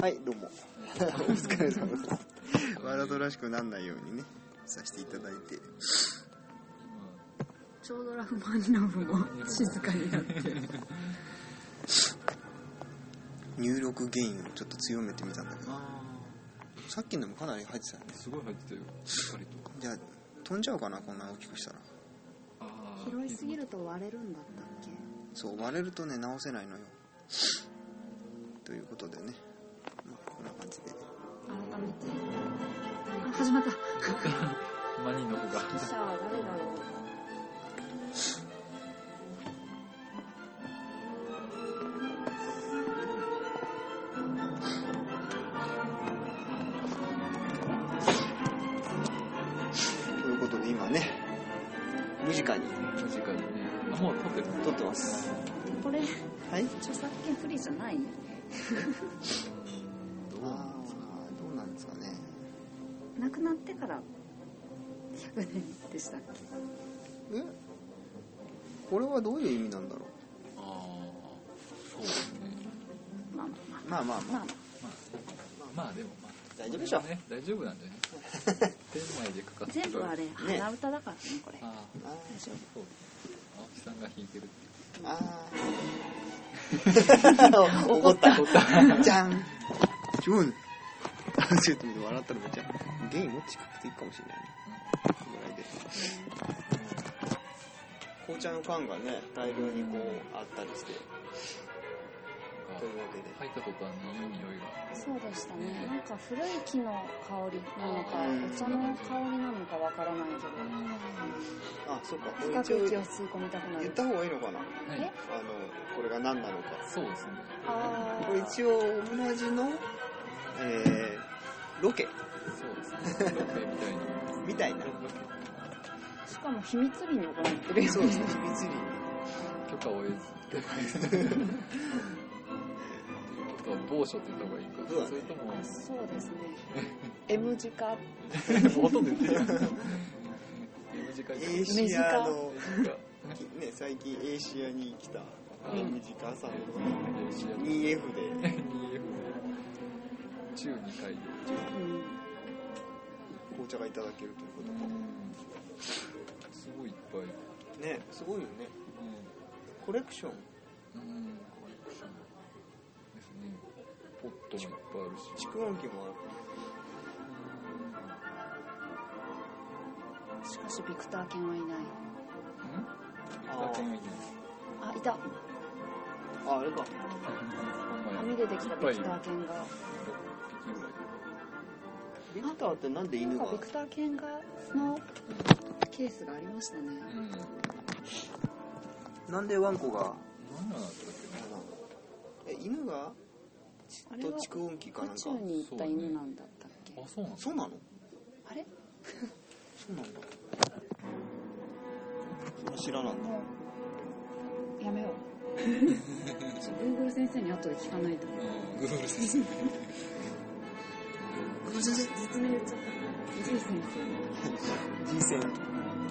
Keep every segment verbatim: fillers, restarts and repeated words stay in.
はいどうもお疲れ様です。わざとらしくなんないようにねさせていただいて、 超ドラフマニノフも静かになってる入力原因をちょっと強めてみたんだけど、さっきのもかなり入ってたよね。 すごい入ってたよ、しっかりと。 じゃあ飛んじゃうかな、こんな大きくしたら。 あ、広いすぎると割れるんだったっけ。 そう割れるとね直せないのよということでね、まあ、こんな感じで改めてあ始まったマニノフがさあ誰だろう。 ということで今ね無時間に無時間にね、あ、もう撮ってる撮ってます。 これ、 はい、 著作権フリーじゃないどうなんですか、どうなんですかね。 亡くなってからひゃくねんでしたっけ。 えこれはどういう意味なんだろう。 ああ、そうですね。 まあままあまあまああまあまあまあ、まあでもまあ大丈夫でしょ、 ね、大丈夫なんじゃない天前でかかってる全部あれ鼻歌だからねこれ。 ああ、 あ大丈夫。 そう青木さんが弾いてるっていうあー怒ったじゃんちょっとちょっと笑ったらめっちゃ原因もっと近くていいかもしれないね、ぐらいで紅茶の缶がね大量にこうあったりして、というわけで入った途端にいい匂いが。 そうでしたね。なんか古い木の香りなのか、 うんお茶の香りなのかわからないけど、 あ、そっか、これ深く息一応を吸い込みたくなる。 言った方がいいのかな、 はい、 えあのこれが何なのか。 そうですね。 あこれ一応同じの、えー、ロケそうですね。ロケみたいな。 みたいな。 しかも秘密裏に行ってるよね。 そうですね、秘密裏に許可を得ず。ということは某所って言った方がいいか。 そうだね、 それともそうですね。M 字架。 ほとんど言ってるよ。M 字架。 エーシアのね、最近エーシアに来た M 字架さんの にエフ でにエフ で中にかいで紅茶がいただけるということか。 すごいいっぱいね、すごいよね。コレクション。 うん、コレクションですね。ポットもいっぱいあるし、 蓄音機もあしかしビクター犬はいない。 うん？ビクター犬はいない。 あ、いた。 る。あ、あれか。 網でできたビクター犬が。 ろっぴきぐらい。 ビクターってなんで犬がなんかビクター犬がのケースがありましたね。 うん。 なんでワンコが何なんだったっけね。 え、犬があれはと蓄音機かなんか。 宇宙に行った犬なんだったっけ。 あ、そうなんだ。 そうなの？ あれ？ そうなんだ。それ知らなんだ。 もうやめよう。Google 先生に後で聞かないと。 うん、グーグル先生。 グー先生。 実名言っちゃった。G 先生。 G 線。なんか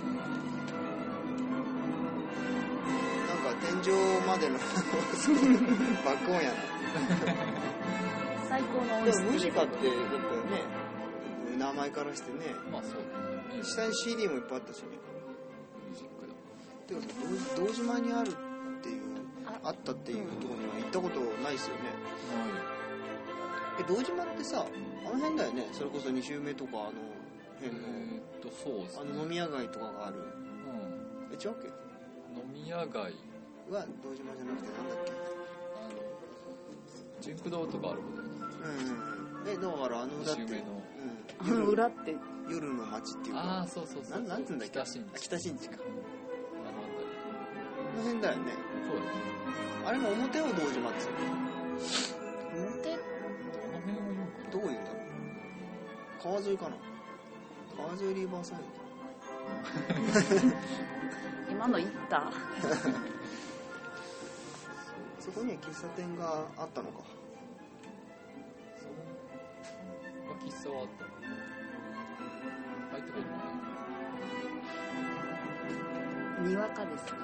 天井までのバックオンやな。 最高の音で質。 もムジカってだってね、名前からしてね、 まあそうだね。 下に シーディー もいっぱいあったしね。 ミュージックだ。 てか堂堂島にあるっていうあったっていうところには行ったことないですよね。え、堂島ってさ、あの辺だよね。それこそに周目とかあの辺の、 えーっとそうですね。 あの飲み屋街とかがある。 うん。 え、違うっけ？ 飲み屋街。 は堂島じゃなくてなんだっけ？ あのジンク堂とかあることだよね。 うんうん。え、だからあの裏って、 有名のあの裏って夜の街っていうか。 ああ、そうそうそうそう。 ななんつうんだっけ？ 北新地。 北新地か。 あのあたり。 この辺だよね。 そうだね。 あれも表を堂島っつうの。 表。 どの辺を言うかな。 どこ言うんだろう。川沿いかな。川沿いリバーサイ今の言ったド。そこには喫茶店があったのか。 まあ、喫茶はあった。入ったことない。 にわかです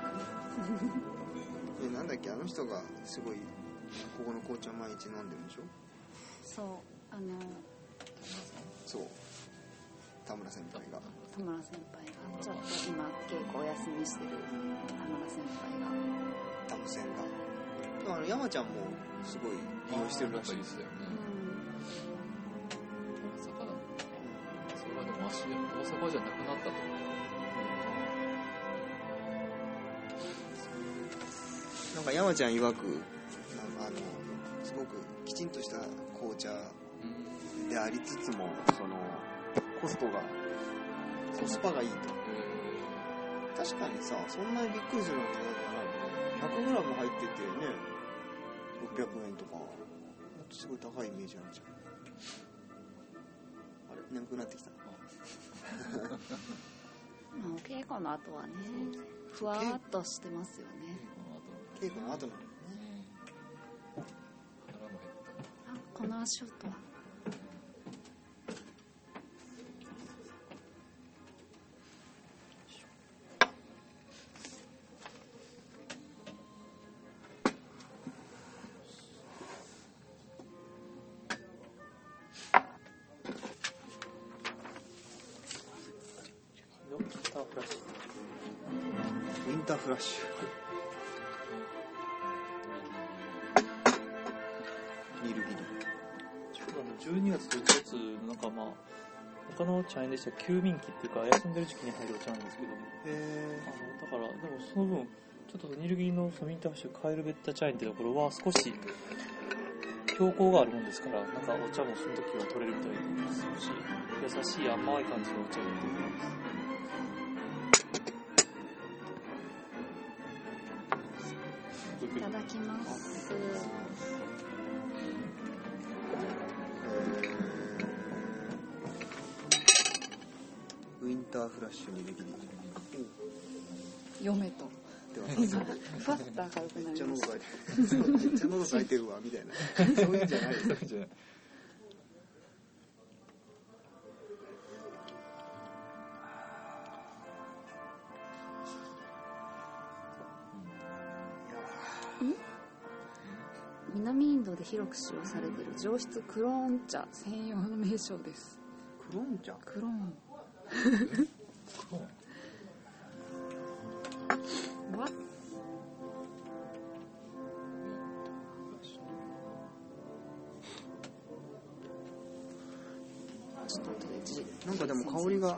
え、なんだっけ、あの人がすごいここの紅茶毎日飲んでるんでしょ。 そうあのそう田村先輩が田村先輩がちょっと今稽古お休みしてる田村先輩が田村先があの山ちゃんもすごい利用してるらしいですよね。 大阪だ。それはでも足大阪じゃなくなったと思う。 なんか山ちゃん曰くあのすごくきちんとした紅茶でありつつもそのコストがコスパがいいと。確かにさそんなにびっくりするわけじゃないよね。 ひゃくグラム 入っててねろっぴゃくえんとかもっとすごい高いイメージあるじゃん。あれ眠くなってきた。 まあお稽古の後はねふわーっとしてますよね。 稽古の後なのね。 腹も減った。 あこの足音はウィンターフラッシュ。ニルギリ。 ちょうどあのじゅうにがつといちがつなんかまあ他の茶園でしたら休眠期っていうか休んでる時期に入るお茶なんですけども、 へあのだからでもその分ちょっとニルギリのそのインターファッシュカエルベッタ茶園っていうところは少し標高があるもんですからなんかお茶もその時は取れるみたいですし優しい甘い感じのお茶が出てきます。 いただきます。 ウィンターフラッシュニルギリ。 読めとではふわっと明るくなめっちゃりました。 喉乾いてる。めっちゃ喉乾いてるわみたいな。そういうんじゃないです。 そうじゃない。 南インドで広く使用されている上質クローン茶専用の名称です。 クローン茶。 クローンわちょっと後でじなんかでも香りが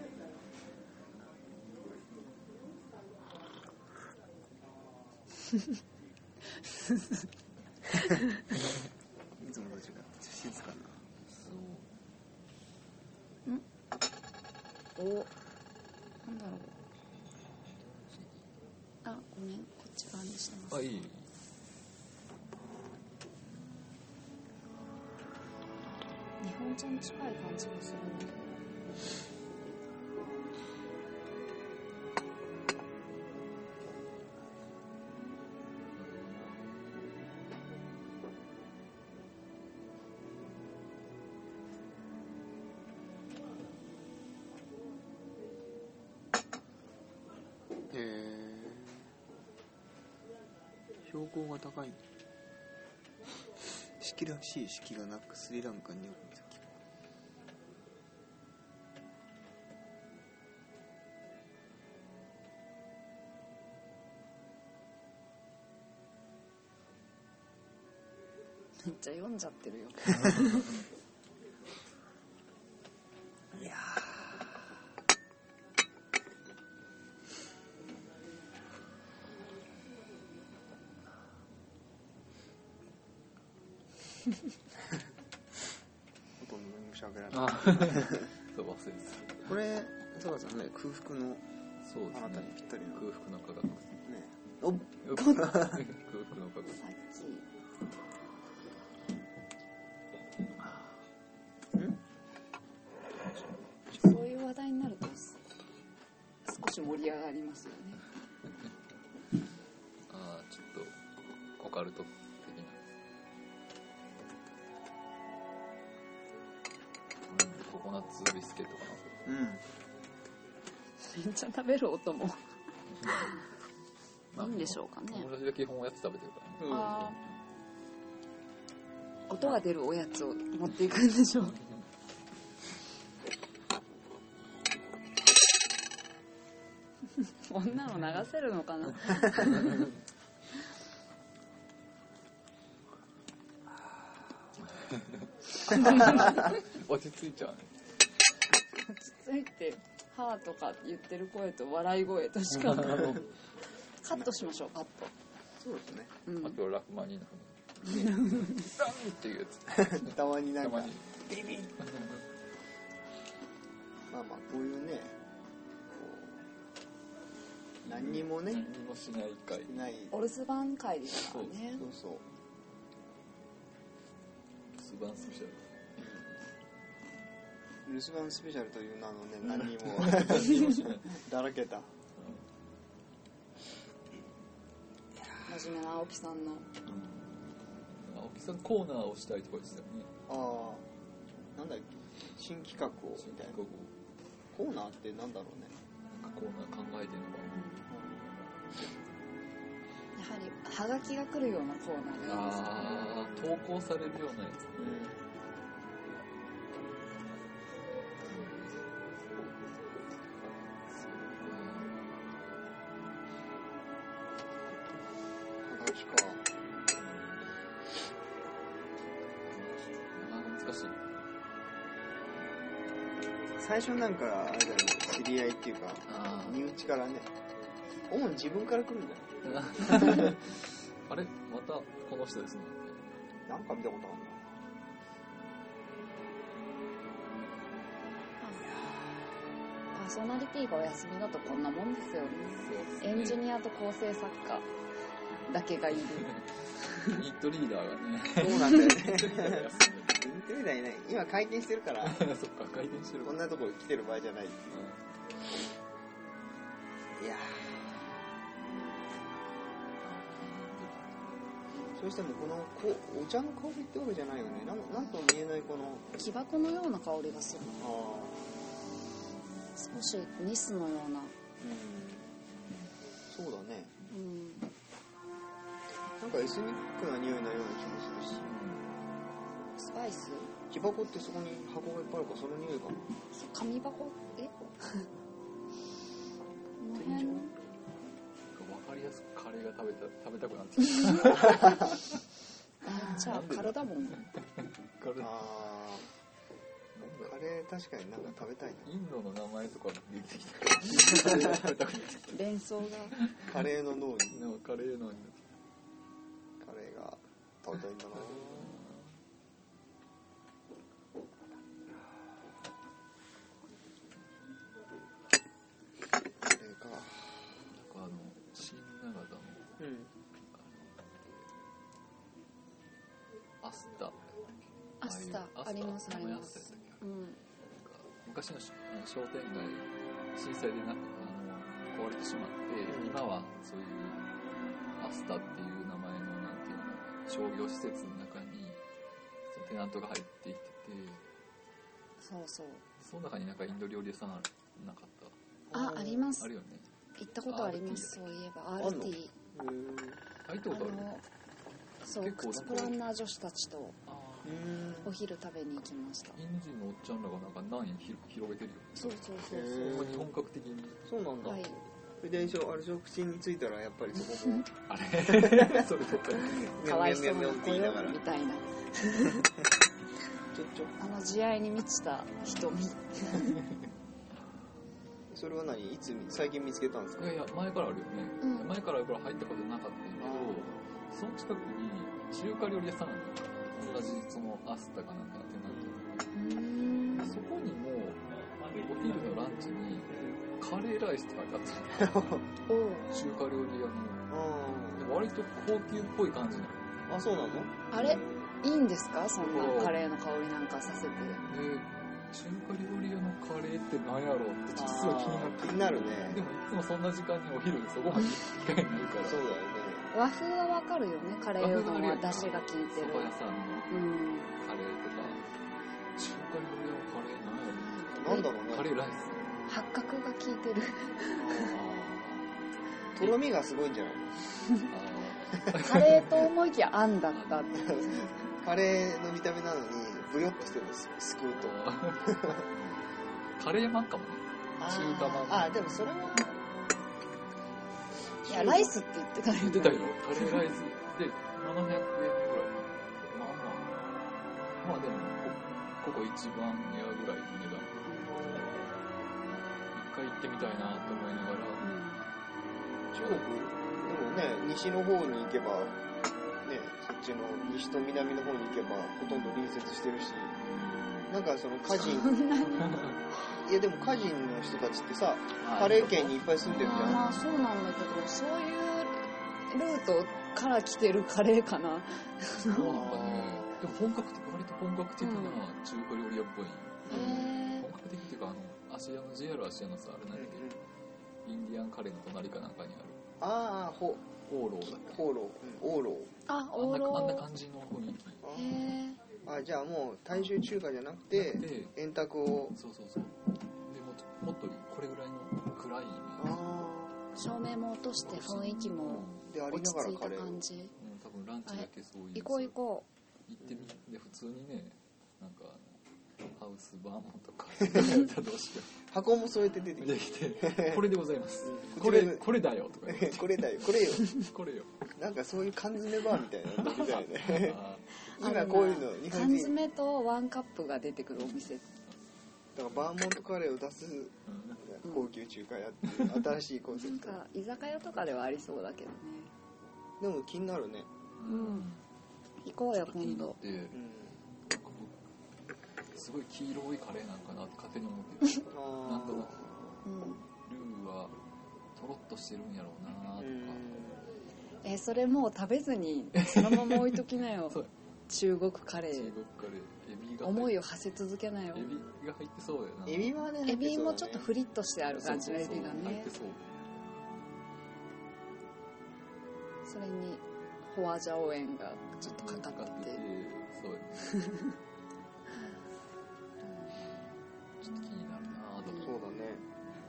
いつもと違って静かな。 おなんだろうあごめんこっち側にしてます。 あ、いい。 日本茶に近い感じがするんだけどへえ。標高が高い。四季らしい四季がなくスリランカによる岬。 めっちゃ読んじゃってるよ。 いやほとんど何も喋らない。 あ、そう忘れてこれ佐川さんね空腹のた。そうですね。 あなたにぴったりの空腹の科学。 ね。お空腹の科学。 さっきそういう話題になると少し盛り上がりますよね。 ああ、ちょっとコカルト的な。うん、ココナッツビスケットかな。 うん。 めっちゃ食べる音もいいんでしょうかね。 友達が基本おやつ食べてるからね。 あ音が出るおやつを持っていくんでしょう。こんなの流せるのかな。 落ち着いちゃうね。 落ち着いて「はー」とか言ってる声と笑い声としかカットしましょう。カット。 そうですね。 うんあとラフマニーのダンっていうやつ。 たまになんかたまにビリビリ。まあまあこういうね、こう何にもね何もしない回。 ない。 お留守番会ですからね。 そうそう。 スバンスペシャル。 留守番スペシャルという名のね、何にも何もしない。 だらけた。 真面目な青木さんの青木さんコーナーをしたいとかですよね。 ああ、なんだっけ、新企画をみたいな。 こコーナーってなんだろうね。 なんかコーナー考えてるのかやはりハガキが来るようなコーナーがいいですね。 ああ、投稿されるようなやつ。 うん。話か。 なかなか難しい。 最初なんかあれだよね、知り合いっていうかあ身内からね、主に自分から来るんだよ。 あれまたこの人ですね。 なんか見たことあるな。 パーソナリティがお休みだとこんなもんですよね。エンジニアと構成作家だけがいる。 ニットリーダーがね。 そうなんだよね。 ニットリーダーが休んでる。 インテリだいない。今回転してるから、 そっか、回転してる。 こんなとこ来てる場合じゃないっていう。いやー。そしてもこのこお茶の香りってわけじゃないよね。なんなんとも言えないこの、 木箱のような香りがする。 あ少しニスのような。 ー、うん。そうだね。 うん。 なんかエスニックな匂いのような気もするし。 スパイス？ 木箱ってそこに箱がいっぱいあるからその匂いかな。 紙箱？え？この辺？ わかりやすくカレーが食べた食べたくなってきた。 あ、じゃあ体もん。 カレーあー、カレー確かになんか食べたいな。 インドの名前とか出てきたから食べたくなってきた。 連想が。 カレーの脳になんかカレーのカレーが食べたいんだな。カレーか。 あの新長田のうん。 アスタアスタありますあります。うん。 昔の商店街震災でなあの壊れてしまって、 うん、 今はそういうアスタっていう名前のなんていうの商業施設の中にそのテナントが入っていってて、 そうそう。 その中になんかインド料理屋さんあるなかった？ あ、あります。 あるよね。 行ったことあります。そういえば アールティー。 あ、行ったことある？ そう、靴プランナー女子たちとお昼食べに行きました。 インド人のおっちゃんらがなんかナン広げてるよ。 そうそうそうそう。本格的に。 そうなんだ。 はい。 それで一応あれ口についたらやっぱりそこもあれそれとかかわいそうな子よみたいな。 ちょちょあの慈愛に満ちた瞳。 それは何いつ最近見つけたんですか？ いやいや前からあるよね。 うん、 前からあるから入ったことなかったんやけど、その近くに中華料理屋さんあるの。同じそのアスタかなんかのテナントで、そこにもお昼のランチにカレーライスって書いてあったの。中華料理屋の割と高級っぽい感じなの。 あ、そうなの？ あれいいんですか？そんなカレーの香りなんかさせて。 で中華料理屋のカレーって何やろうってちょっとすごい気になって。 気になるね。 でもいつもそんな時間にお昼でそこまで機会になるから。 そうだよね。 和風はわかるよね。カレーうどんは出汁が効いてる。 蕎麦屋さんのうんカレーとか、中華料理屋のカレー何やろう。 なんだろうね。 カレーライス。 八角が効いてる。 とろみがすごいんじゃない？ カレーと思いきやあんだったって。 カレーの見た目なのにブヨッとしてるのすすくうとカレーマンかもね。中華版。 ああでもそれは、 いやライスって言ってたよ。 言ってたよ。カレーライスでななひゃくえんぐらい。まあまあ。まあでもここ一番屋ぐらいの値段。一回行ってみたいなと思いながら。 中国でもね西の方に行けばねそっちの西と南の方に行けばほとんど隣接してるし、なんかその家人いやでも家人の人たちってさカレー県にいっぱい住んでるじゃん。 まあそうなんだけど、そういうルートから来てるカレーかな。 そうなんかね。でも本格的、割と本格的な中華料理屋っぽい。 へ本格的っていうか、あの、芦屋の ジェイアール 芦屋のさ、あれなんだっけ、インディアンカレーの隣かなんかにある。 ああほオーローだっけ。 ほうろうオーローあ、 あんなオーロー。 あんな感じの雰囲気。 へあじゃあもう大衆中華じゃなくてで円卓をそうそうそう。でもっともっとこれぐらいの暗いイメージ。 あー照明も落として雰囲気もであり落ち着いたながらカレー感じ。 うん、多分ランチだけそういう。 行こう行こ行ってみて、普通にね、なんかあの、ハウスバーモンとか、どうしよ箱も添えて出てう。 きできて、これでございます。 うんこれ、これだよとか言っててこれだよこれよこれよ。 なんかそういう缶詰バーみたいなのみたいねあう。 今こういうの日缶本人詰とワンカップが出てくるお店。 だからバーモントカレーを出すーうん高級中華屋っていう新しいコンセなんプト。 か居酒屋とかではありそうだけどね。 でも気になるね。 うん。行こうよ今度。 で、 うん。 すごい黄色いカレーなんかなって勝手に思ってる。 あなんとなくうん。 ルーはとろっとしてるんやろうなとか。 えそれもう食べずにそのまま置いときなよ。 そう中国カレ中ー。 国カレー、エビが思いを馳せ続けなよエ。ビが入ってそうだよな。 エビはね。 エビもちょっとフリッとしてある感じのエビがそうそうそう入っねて。そう。 それにホワジャオ園がちょっとかかってて。 そうやね。ちょっと気になるなと思って。 そうだね。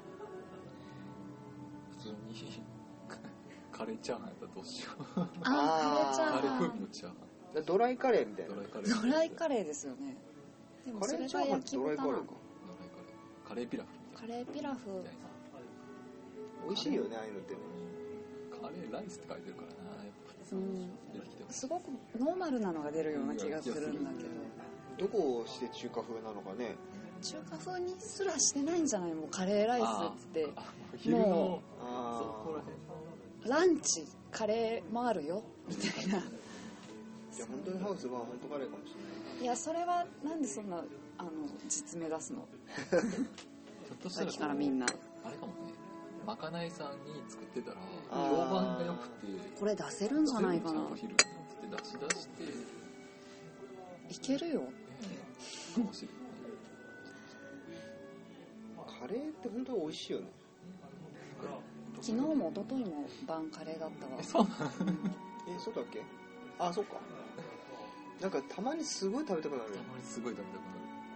普通にカレーチャーハンやったらどうしよう。 あー、カレーチャーカレーハン。 風味のチャーハン。 ドライカレーみたいな。 ドライカレー。 ドライカレーですよね。でもカそれレーチャーハンってが焼きドライカレーか。 豚なの。 ドライカレー。カレーピラフみたいカレーピラフ。 な。みたいな。 美味しいよね、ああいうのってね。 カレーライスって書いてるからな。やっぱうん出てきてほしい。 すごくノーマルなのが出るような気がするんだけど。 どこをして中華風なのかね。 中華風にすらしてないんじゃない？もうカレーライスっつってあ昼のもあそこら辺。 ランチカレーもあるよみたいな。 あ。じゃあ本当にハウスは本当カレーかもしれない。 いやそれはなんでそんなあの実名出すの？ ひょっとしたらさっきからみんなあれかもね。まかないさんに作ってたらあー評判が良くて。 これ出せるんじゃないかな。 お昼につって出し出して、 いけるよ。 かもしれない。 カレーって本当に美味しいよね。 昨日も一昨日も晩カレーだったわえ、。そうなの？ え、そうだっけ？あ、そっか。なんかたまにすごい食べたくなるよた。まにすごい食べたくな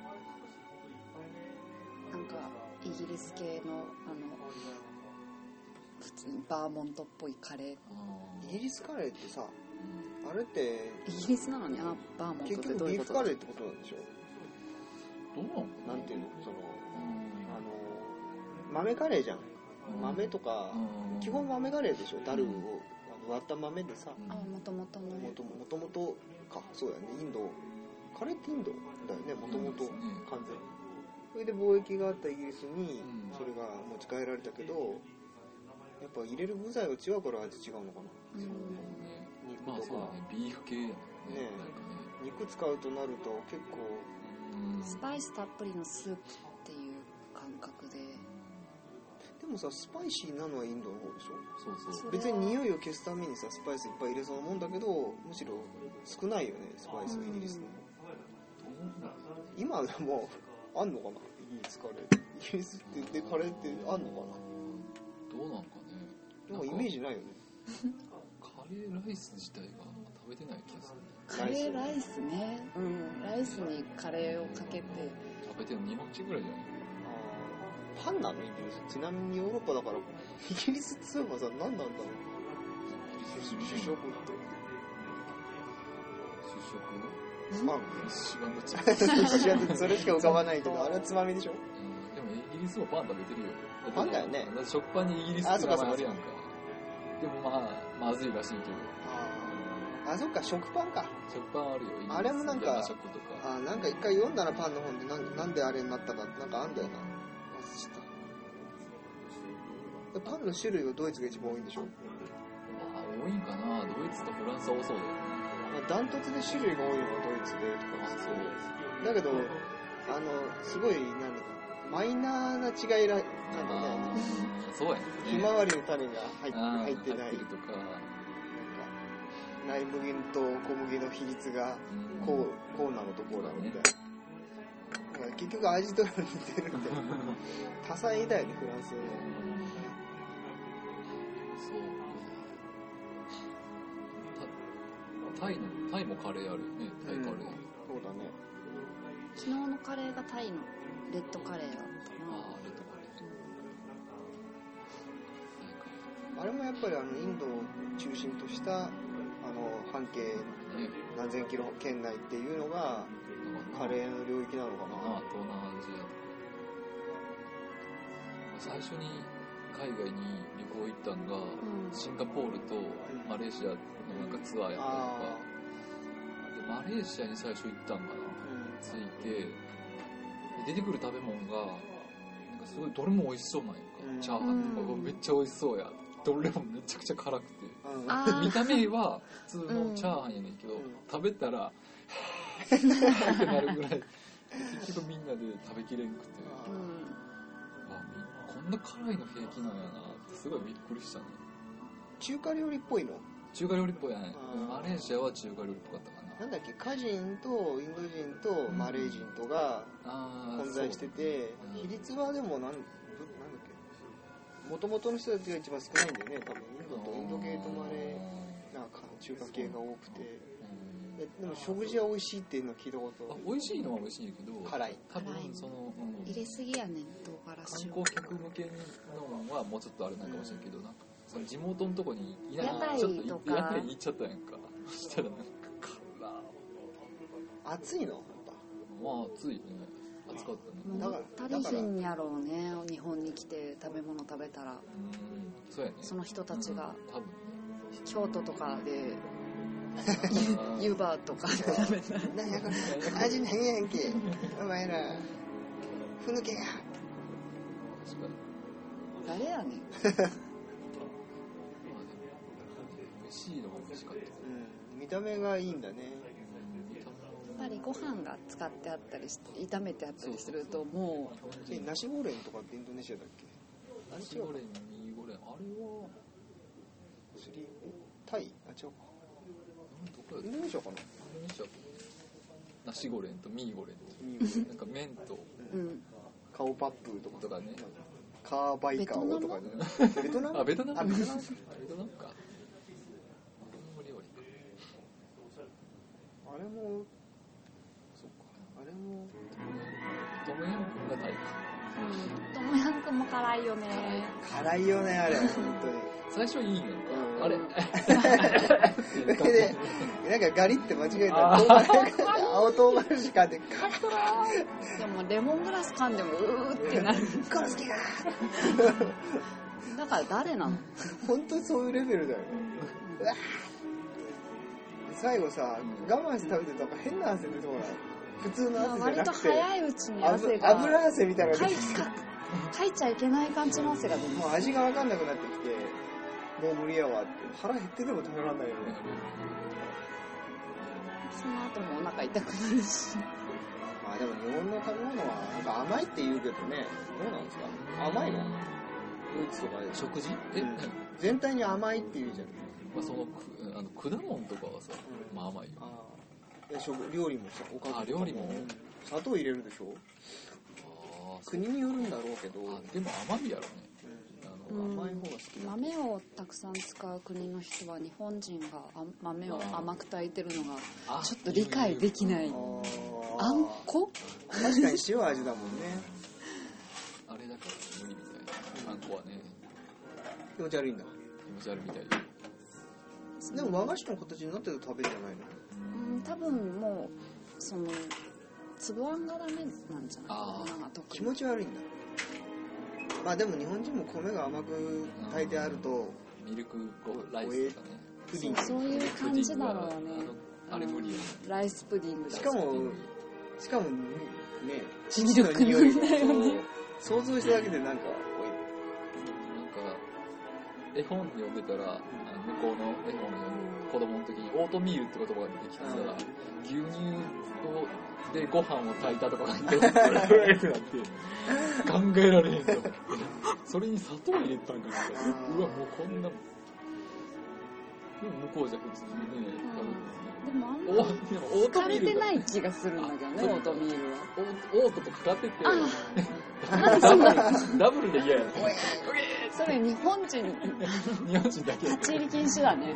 る。 なんかイギリス系のあの普通にバーモントっぽいカレー。 イギリスカレーってさ、あれってイギリスなのにあバーモント結って局ビーフどういうこと？ カレーってことなんでしょ？ どうなの？ なんていうの？そのうんあの豆カレーじゃん。豆とか基本豆カレーでしょ。ダルをあの割った豆でさ、 あもともとのもともともとかそうだよね。インドカレーってインドだよね。もともと完全に。それで貿易があったイギリスにうんそれが持ち帰られたけど、やっぱ入れる具材が違うから味違うのかな。 うん肉まあとかそうだね、ビーフ系やもんね。 ねなんかね。 肉使うとなると結構うんスパイスたっぷりのスープっていう感覚で。 でもさスパイシーなのはインドの方でしょ。 そうそう。 別に匂いを消すためにさスパイスいっぱい入れそうなもんだけどむしろ少ないよねスパイスはイギリスの方。今でもあんのかなイギリスカレー。イギリスってでカレーってあんのかな。 どうなんかね。 なんかイメージないよね。 カレーライス自体が食べてない気がする。 カレーライスね。うん。ライスにカレーをかけて。 食べてるのにほんちぐらいじゃない？ パンなのイギリス。ちなみにヨーロッパだからイギリスってそういえばさ何なんだろう。主食って。 主食？ スパムシガンドチ違うそれしか浮かばないけどあれはつまみでしょ、 うん、でもイギリスもパン食べてるよ。 パンだよね。 だって食パンにイギリスって名前あるやんか。でもまあまずいらしいけど。 ああそっか食パンか。 食パンあるよ。イギリスあれもなんか食とか。 あなんか一回読んだらパンの本でなんなんであれになったかなんかあんだよな。忘れた。パンの種類はドイツが一番多いんでしょ。 あ多いんかな。ドイツとフランスは多そうだよね。 まあ、ダントツで種類が多いのはドイツでとかですけど、だけどあのすごいなんだかマイナーな違いらなんかね、 そうやね。 ひまわりの種が入って入ってない入ってるとか、 内麦と小麦の比率がこうこうなのとこうなのみたいな。だから結局味と似てるみたいな。多彩だよねフランスは。 そう。タイのタイもカレーあるよね。タイカレー。うん、 そうだね。 昨日のカレーがタイのレッドカレーだったな。 ああレッドカレー。 あれもやっぱりあのインドを中心としたあの半径何千キロ圏内っていうのがカレーの領域なのかな。 ああ東南アジア。最初に海外に旅行行ったんが、うん、シンガポールとマレーシアのなんかツアーやったりとか、でマレーシアに最初行ったんかな、うん、着いて出てくる食べ物がなんかすごいどれも美味しそうなんやんか、うん、チャーハンとか、うん、めっちゃ美味しそうや、どれもめちゃくちゃ辛くて、うん、見た目は普通のチャーハンやねんけど、うん、食べたらってなるぐらい結局みんなで食べきれんくて、うんこんな辛いの平気なんやなってすごいびっくりしたね。 中華料理っぽいの？ 中華料理っぽいやね。マレーシアは中華料理っぽかったかな。 なんだっけ、カジンとインド人とマレー人とが混在してて、うん、比率はでもなんなんだっけ、元々の人たちが一番少ないんだよね多分。インドとインド系とマレーなんか中華系が多くて、で, でも食事は美味しいっていうのは聞いたことある。 美味しいのは美味しいけど辛い。 多分その、うん、 入れすぎやねん唐辛子。 観光客向けのはもうちょっとあれなんかもしれんけど、うん、なんかその地元のとこにいない屋台ちょっととか屋台に行っちゃったやんか。そしたらなんか辛暑いの？ まあ暑いね。暑かったね。 だから足りひんやろうね日本に来て食べ物食べたら。うんそうやね。 その人たちが、 うん、多分ね京都とかで湯葉とか食べたらなんやこれ味変やんけお前らふぬけが誰やねん美味しいのが美味しかった、 うん、見た目がいいんだね。 やっぱりご飯が使ってあったりして炒めてあったりするともうえナシゴレンとかってインドネシアだっけ？ ナシゴレンミーゴレンあれはタイ？あ違うかインドネシアかな。 インドネシアナシゴレンとミーゴレンとなんか麺と、 うん、 カオパップーとかとかねカーバイカオとかね。ベトナム？ あベトナム？ あベトナム？ ベトナムか。 あれもそうかあれもトムヤムクンがタイか。 うん、トムヤムクンも辛いよね。 辛いよねあれ本当に。 最初いいね、うん、あれでなんかガリって間違えたら青唐辛子かんでカットラーでもレモングラス噛んでもうーってなる殺す気がだから誰なの本当にそういうレベルだよ、うん、うわ最後さ我慢して食べてたら変な汗出てこない。普通の汗じゃなくて割と早いうちに汗が油汗みたいなのが出てきてかいちゃいけない感じの汗が出てもう味が分かんなくなってきてもう無理やわって腹減ってでも食べらんないよね。 その後もお腹痛くなるし。 まあでも日本の食べ物はなんか甘いって言うけどね、どうなんですか？甘いの？ドイツとかで食事？え、うん、 全体に甘いって言うじゃん。 まあそのあの果物とかはさ、うん、まあ甘いよ。 ああ。食料理もさ、おかずとかもあ料理も砂糖入れるでしょ？ああ。国によるんだろうけど。 あでも甘みやろね。 うん、 甘い方が好き。 豆をたくさん使う国の人は日本人が豆を甘く炊いてるのがちょっと理解できない。あんこ？ 確かに塩味だもんね。 あれだから無理みたいな。あんこはね。 気持ち悪いんだ。 気持ち悪いみたいで。でも和菓子の形になってると食べるんじゃないの？ うん、多分もうその粒あんがダメなんじゃないあかな特に気持ち悪いんだ。まあでも日本人も米が甘く炊いてあるとミルクライスとかねプディングそうそういう感じだろうね。 あれ無理やねライスプディングだしかもしかもねミルクの匂いなんだよね想像しただけでなんかなんか絵本読んでたら、あの向こうの絵本読んで子供の時にオートミールって言葉が出てきてさ、牛乳をでご飯を炊いたとか書いてある考えられへんとそれに砂糖入れたんかなうわもうこんなでも向こうじゃ普通にねでもあんおまでもオート疲れてミールがない気がするんだけどね、オートミールは。 オートとかかっててなんでそんなダブルで嫌やねそれ日本人日本人だけ立ち入り禁止だね。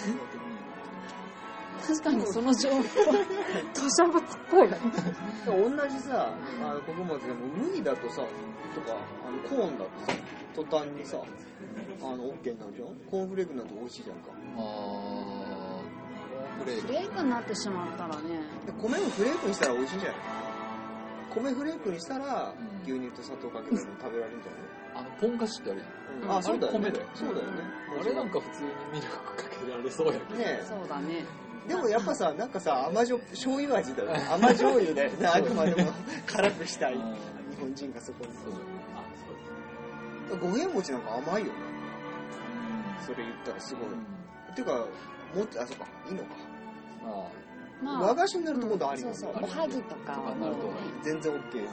確かにその情報土砂物っぽい。 同じさあの穀物でも麦だとさとかあのコーンだとさ途端にさあの OK になるじゃん。コーンフレークなんて美味しいじゃんか。 あーフレークフレークになってしまったらね。 で米をフレークにしたら美味しいんじゃない。米フレークにしたらうん牛乳と砂糖かけても食べられるんじゃない。 あのポン菓子ってあるやんうんあ、そうだよね。 米だよそうだよね。 あれなんか普通にミルクかけられそうやけどねそうだね。 え。でもやっぱさ、なんかさ、甘じょ醤油味だよね。甘醤油で、ね、あくまでも辛くしたい日本人がそこに。 そうだよね五円餅なんか甘いよね。それ言ったらすごい。ていうか、もっと、あ、そうか、いいのか。 あま和菓子になるところあるよね。 そうそう。おはぎとかはもうね。 全然 OK。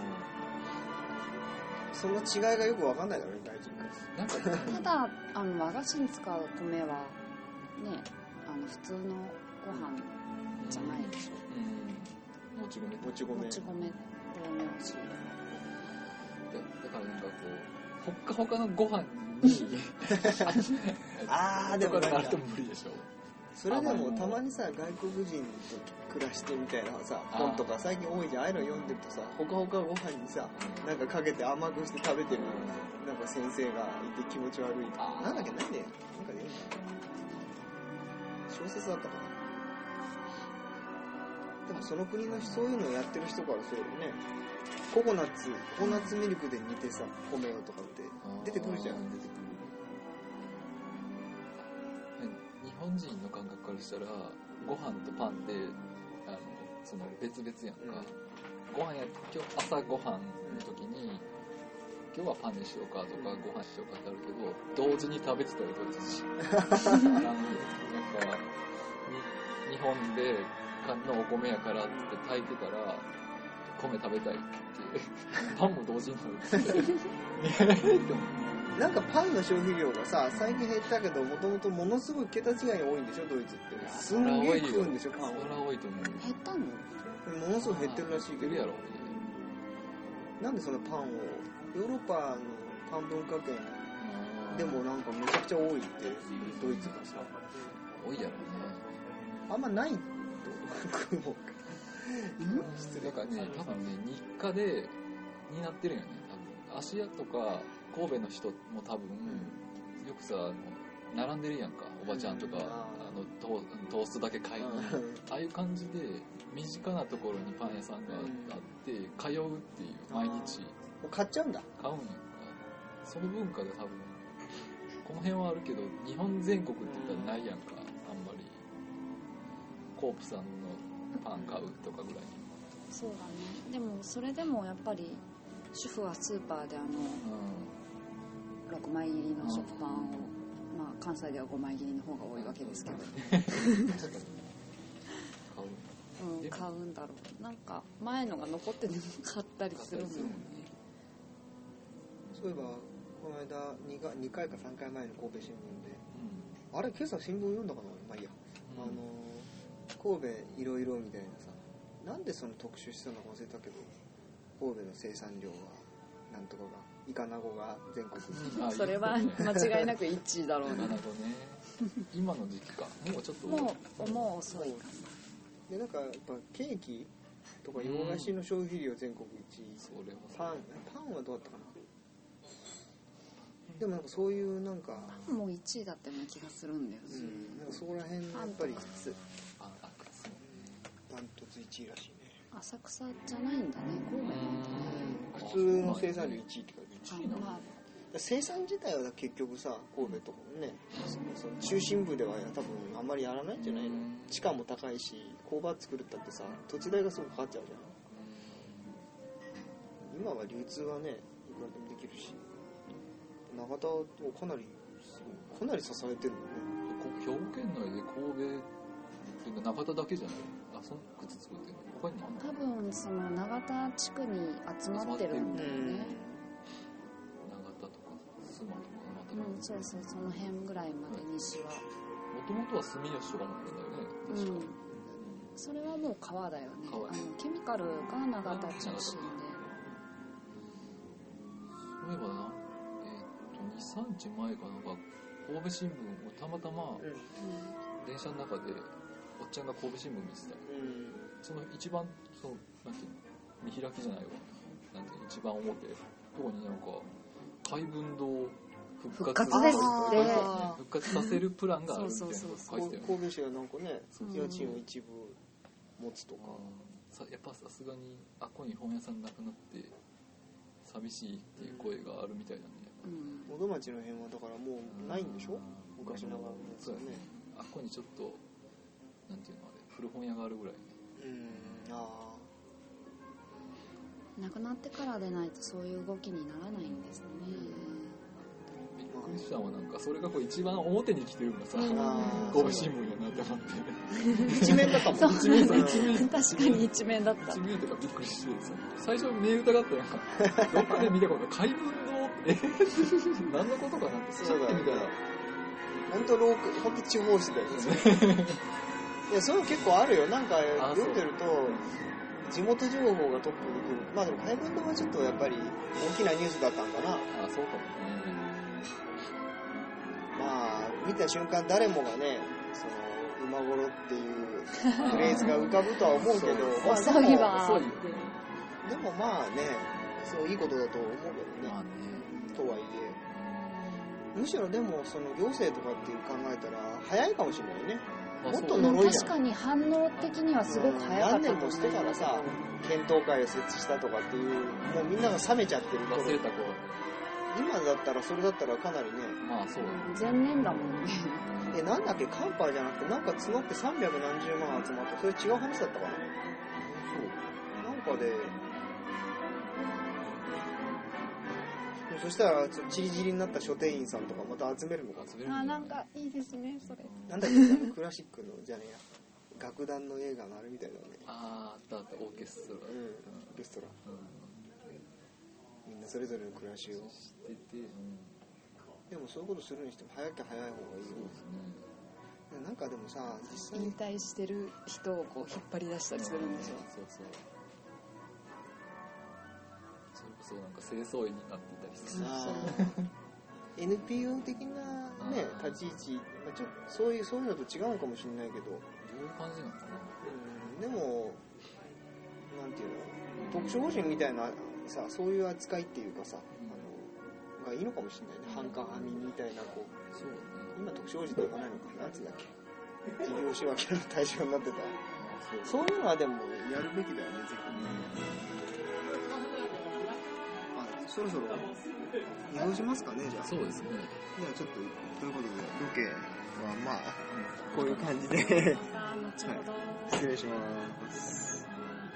その違いがよくわかんないだろうね、外人から。 なんかただあの和菓子に使う米はね、あの普通のご飯じゃないでしょ。 うんもち米もち米。 もち米と梅干し。 だからなんかこうほっかほかのご飯にあー、でもなんかとかなると無理でしょ。 それでもたまにさ、外国人と暮らしてみたいなさ本とか最近多いじゃん。ああいうの読んでるとさ、ほかほかご飯にさなんかかけて甘くして食べてるなんか先生がいて気持ち悪いとか。なんだっけ、何でなんかね小説だったかな。でもその国のそういうのをやってる人からすればね、ココナッツココナッツミルクで煮てさ米をとかって出てくるじゃん。 出てくる。日本人の感覚からしたらご飯とパンってあのその別々やんか、うん、ご飯や今日朝ご飯の時に、うん、今日はパンにしようかとかご飯しようかってあるけど同時に食べてたらどっちあのなんか日本でのお米やからって炊いてたら米食べたいってパンも同時に食べててなんかパンの消費量がさ最近減ったけどもともとものすごい桁違いに多いんでしょドイツって。すんげえ食うんでしょパンを。 それは多いと思う。 減ったの？ ものすごい減ってるらしいけど。 やろなんでそのパンをヨーロッパのパン文化圏でもなんかめちゃくちゃ多いってドイツがさ多いやろね。 あんまないってこと食うもんか。 失礼かね多分ね日課でになってるよね多分。芦屋とか神戸の人も多分、うん、よくさあの並んでるやんかおばちゃんとか、うん、あのトー、トーストだけ買いに、うん、ああいう感じで身近なところにパン屋さんがあって、うん、通うっていう毎日買っちゃうんだ。 買うんやんか。その文化で多分この辺はあるけど日本全国って言ったらないやんか。あんまりコープさんのパン買うとかぐらい。 そうだね。でもそれでもやっぱり主婦はスーパーであの、うん、ろくまい切りの食パンを、まあ、関西ではごまい切りの方が多いわけですけどうん、買うんだろう。なんか前のが残ってても買ったりするもんね。 そういえばこの間 2, がにかいかさんかいまえの神戸新聞で、うん、あれ今朝新聞読んだかな。まあいいや、うん、あの神戸いろいろみたいなさ、なんでその特集したのか忘れたけど神戸の生産量はなんとかがイカナゴが全国にそれは間違いなく一位だろうな。 なるほどね。今の時期か。もうちょっともうもう遅いかでなんかやっぱケーキとか洋菓子の消費量全国一位、うん、 それはパンパンはどうだったかな。でもなんかそういうなんかパンもいちいだったような気がするんだよね、 うん、なんかそこら辺やっぱりパンと靴パンと靴ダントツいちいらしいね。 浅草じゃないんだね、神戸なんだね。 普通の生産量いちいって書いてる。 あ、まあ生産自体は結局さ神戸とかもね、その中心部では多分あんまりやらないんじゃないの。地価も高いし工場作るったってさ土地代がすごくかかっちゃうじゃん。今は流通はねいくらでもできるし、長田をかなりかなり支えてる兵庫のね。 県内で神戸っていうか長田だけじゃない。あ、その靴作ってるの他にもあるの？ 多分その長田地区に集まってるんだよね。 長田とか須磨とかまた、 うん、そうそう、その辺ぐらいまで西は。 もともとは住吉とかもあったんだよね確か、 うん、それはもう川だよね。 川あのケミカルが長田中心で。 そういえばな、えー、とに、さんにちまえかなんか神戸新聞をたまたま電車の中でおっちゃんが神戸新聞見てた、 うん、 その一番そのなんていうの見開きじゃないわ、なんていうの一番表とこになんか海文堂復活復活ですって復活させるプランがあるみたいなのが書いてたよね。 神戸市はなんかね家賃を一部持つとか、 さやっぱさすがにあっこに本屋さんなくなって寂しいっていう声があるみたいだね。 小戸町の辺はだからもうないんでしょ、昔ながらのやつはね。 あっこにちょっとなんていうのあれ古本屋があるぐらい。 うん、あ亡くなってからでないとそういう動きにならないんですね。 びっくりしたのはなんかそれがこう一番表に来てるのがさ、 あ神戸新聞やなって思って一面だったもん。 そう一面一面確かに一面だった一。面とかびっくりしてさ最初目疑ったやんかどっかで見たこと海文堂え何のことかなってそうだってみたら本当ローク、本当地方紙だよね。いや、そういうの結構あるよ。なんか読んでると地元情報がトップに来る。まあでも海文堂はちょっとやっぱり大きなニュースだったんかな。 あそうかもね。 まあ見た瞬間誰もがね、その今頃っていうフレーズが浮かぶとは思うけど、まあでも遅いわ遅いよでもまあね、そういいことだと思うけどね。 まあねとはいえ、むしろでもその行政とかっていう考えたら早いかもしれないね。もっと呪いじゃん。 確かに反応的にはすごく早かったと思う。 何年もしてからさ、検討会を設置したとかっていう、もうみんなが冷めちゃってる頃。 忘れた頃今だったらそれだったらかなりね。 まあそう前年だもんね。 え、なんだっけ、カンパーじゃなくてなんか募ってさんびゃくなんじゅうまん集まった。それ違う話だったかな。そう。なんかで、そしたらチリチリになった書店員さんとかまた集めるのか集めるんじゃあ、なんかいいですね、それ。 なんだっけ、クラシックのじゃねえや、楽団の映画のあれみたいだね。 あーあったあったオーケストラ、 うん、オーケストラ。 うん、 みんなそれぞれの暮らしを。 知ってて、うん、 でもそういうことするにしても早きゃ早い方がいいよ。 そうですね。 なんかでもさ、実際引に退してる人をこう引っ張り出したりするんでしょ。 そうそう。それこそなんか清掃員になってたりする。 あー エヌピーオー 的なね立ち位置、まあ、ちょっとそういうそういうのと違うのかもしれないけど、 どういう感じなのかな。 うん、でもなんていうの、特殊法人みたいなさ、そういう扱いっていうかさ、あのがいいのかもしれないね。繁華はみみたいなこう。 そうね。 今特殊法人と呼ばないのかな、なんつうんだっけ。事業仕分けの対象になってた。 そうそういうのはでもやるべきだよね、ぜひ。あ、そろそろ移動しますかね、じゃあ。 そうですね。 じゃあちょっと、ということで、ロケはまあ、こういう感じで、 あ、後ほど。 失礼します。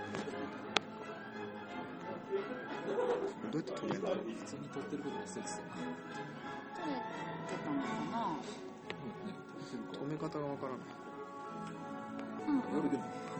どうやって撮るんだろう。 普通に撮ってること忘れてたよね。 撮れてたのかな。 うんね、撮ってるか止め方がわからない。 うん。 夜でも